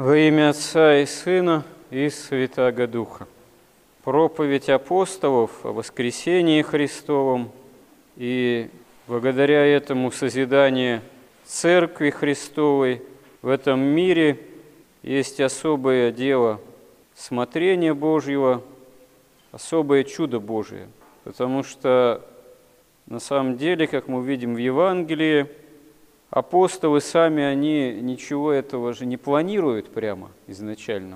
Во имя Отца и Сына и Святаго Духа. Проповедь апостолов о воскресении Христовом и благодаря этому созидание Церкви Христовой в этом мире есть особое дело смотрения Божьего, особое чудо Божие. Потому что на самом деле, как мы видим в Евангелии, апостолы сами, они ничего этого же не планируют прямо изначально.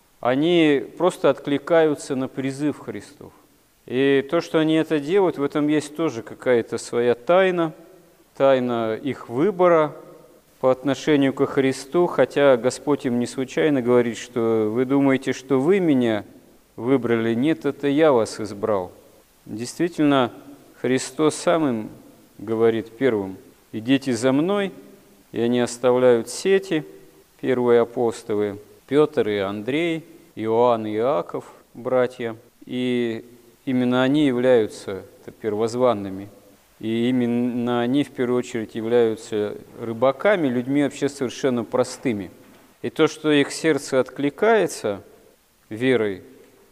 Они просто откликаются на призыв Христов. И то, что они это делают, в этом есть тоже какая-то своя тайна, тайна их выбора по отношению ко Христу, хотя Господь им не случайно говорит, что вы думаете, что вы меня выбрали, нет, это я вас избрал. Действительно, Христос сам им говорит первым: «Идите за мной», и они оставляют сети, первые апостолы, Петр и Андрей, Иоанн и Иаков, братья, и именно они являются первозванными, и именно они в первую очередь являются рыбаками, людьми вообще совершенно простыми. И то, что их сердце откликается верой,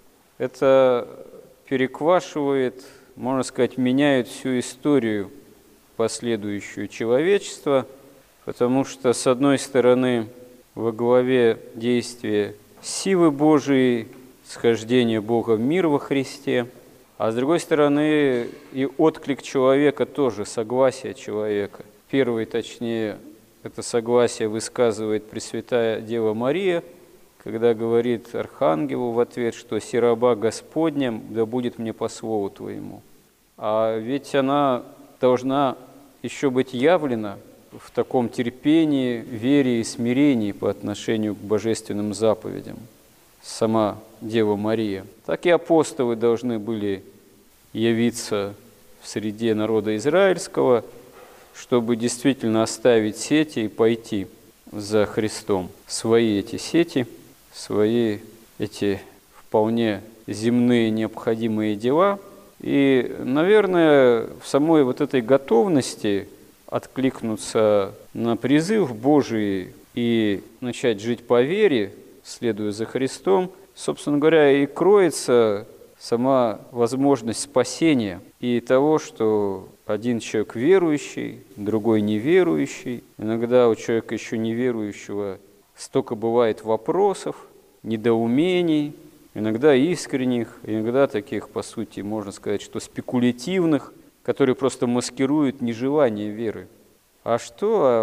это переквашивает, можно сказать, меняет всю историю последующую человечества, потому что, с одной стороны, во главе действия силы Божией, схождение Бога в мир во Христе, а с другой стороны, и отклик человека тоже, согласие человека. Первый, точнее, это согласие высказывает Пресвятая Дева Мария, когда говорит Архангелу в ответ, что «Си раба Господня, да будет мне по слову Твоему». А ведь она должна еще быть явлена в таком терпении, вере и смирении по отношению к божественным заповедям, сама Дева Мария. Так и апостолы должны были явиться в среде народа израильского, чтобы действительно оставить сети и пойти за Христом. Свои эти сети, свои эти вполне земные необходимые дела. И, наверное, в самой вот этой готовности откликнуться на призыв Божий и начать жить по вере, следуя за Христом, собственно говоря, и кроется сама возможность спасения и того, что один человек верующий, другой неверующий. Иногда у человека еще неверующего столько бывает вопросов, недоумений, иногда искренних, иногда таких, по сути, можно сказать, что спекулятивных, которые просто маскируют нежелание веры. А что, а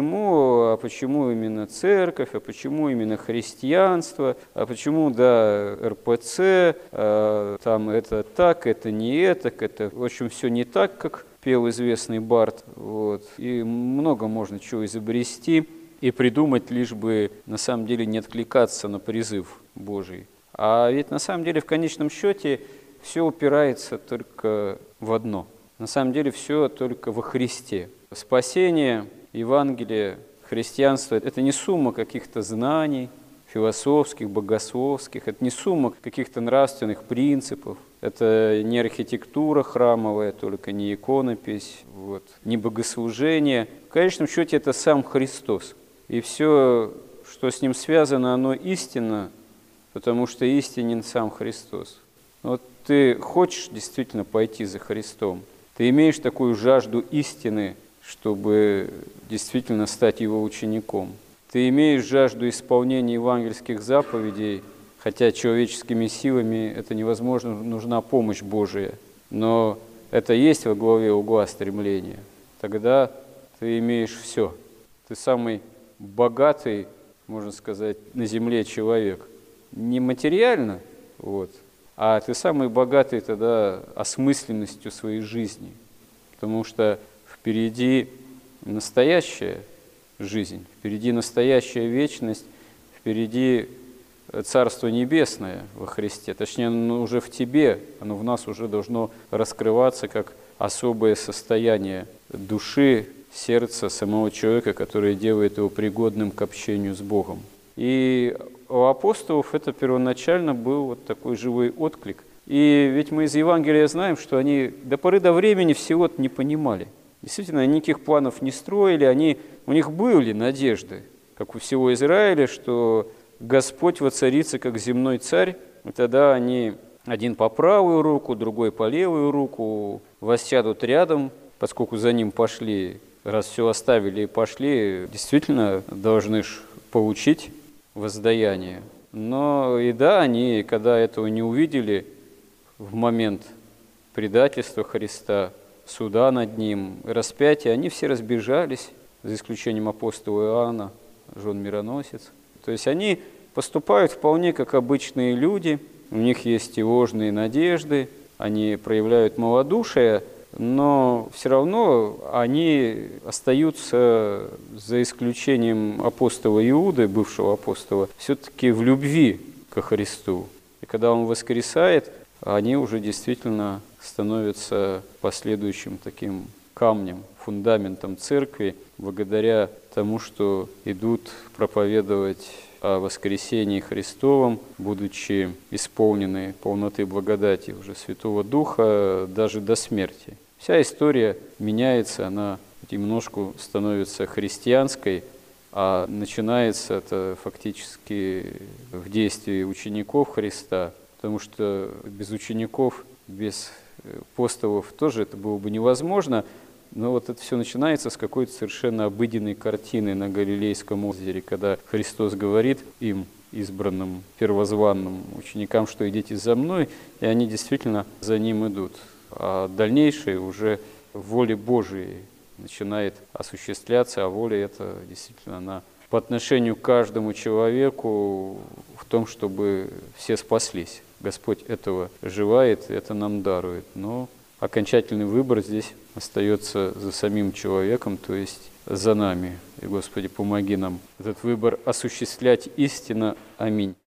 почему именно церковь, а почему именно христианство, а почему, да, РПЦ, там это так, это не это, в общем, все не так, как пел известный бард. Вот. И много можно чего изобрести и придумать, лишь бы на самом деле не откликаться на призыв Божий. А ведь на самом деле в конечном счете все упирается только в одно. На самом деле все только во Христе. Спасение, Евангелие, христианство – это не сумма каких-то знаний, философских, богословских, это не сумма каких-то нравственных принципов, это не архитектура храмовая, только не иконопись, не богослужение. В конечном счете это сам Христос. И все, что с Ним связано, оно истинно, потому что истинен сам Христос. Вот ты хочешь действительно пойти за Христом, ты имеешь такую жажду истины, чтобы действительно стать Его учеником. Ты имеешь жажду исполнения евангельских заповедей, хотя человеческими силами это невозможно, нужна помощь Божия, но это есть во главе угла стремления. Тогда ты имеешь все. Ты самый богатый, можно сказать, на земле человек. Не материально, а ты самый богатый тогда осмысленностью своей жизни, потому что впереди настоящая жизнь, впереди настоящая вечность, впереди Царство Небесное во Христе. Точнее, оно уже в тебе, оно в нас уже должно раскрываться как особое состояние души, сердца самого человека, которое делает его пригодным к общению с Богом. И у апостолов это первоначально был такой живой отклик. И ведь мы из Евангелия знаем, что они до поры до времени всего-то не понимали. Действительно, они никаких планов не строили, у них были надежды, как у всего Израиля, что Господь воцарится как земной царь, и тогда они один по правую руку, другой по левую руку воссядут рядом, поскольку за ним пошли, раз все оставили и пошли, действительно должны получить воздаяние. Но и да, они, когда этого не увидели в момент предательства Христа, суда над ним, распятия, они все разбежались, за исключением апостола Иоанна, Жон Мироносец. То есть они поступают вполне как обычные люди, у них есть и ложные надежды, они проявляют малодушие, но все равно они остаются, за исключением апостола Иуды, бывшего апостола, все-таки в любви ко Христу. И когда Он воскресает, они уже действительно становятся последующим таким камнем, фундаментом церкви, благодаря тому, что идут проповедовать о воскресении Христовом, будучи исполнены полноты благодати уже Святого Духа даже до смерти. Вся история меняется, она немножко становится христианской, а начинается это фактически в действии учеников Христа, потому что без учеников, без апостолов тоже это было бы невозможно. Но вот это все начинается с какой-то совершенно обыденной картины на Галилейском озере, когда Христос говорит им, избранным, первозванным ученикам, что идите за мной, и они действительно за ним идут. А дальнейшее уже в воле Божией начинает осуществляться, а воля эта действительно она по отношению к каждому человеку в том, чтобы все спаслись. Господь этого желает, это нам дарует, но окончательный выбор здесь остается за самим человеком, то есть за нами. И, Господи, помоги нам этот выбор осуществлять истинно. Аминь.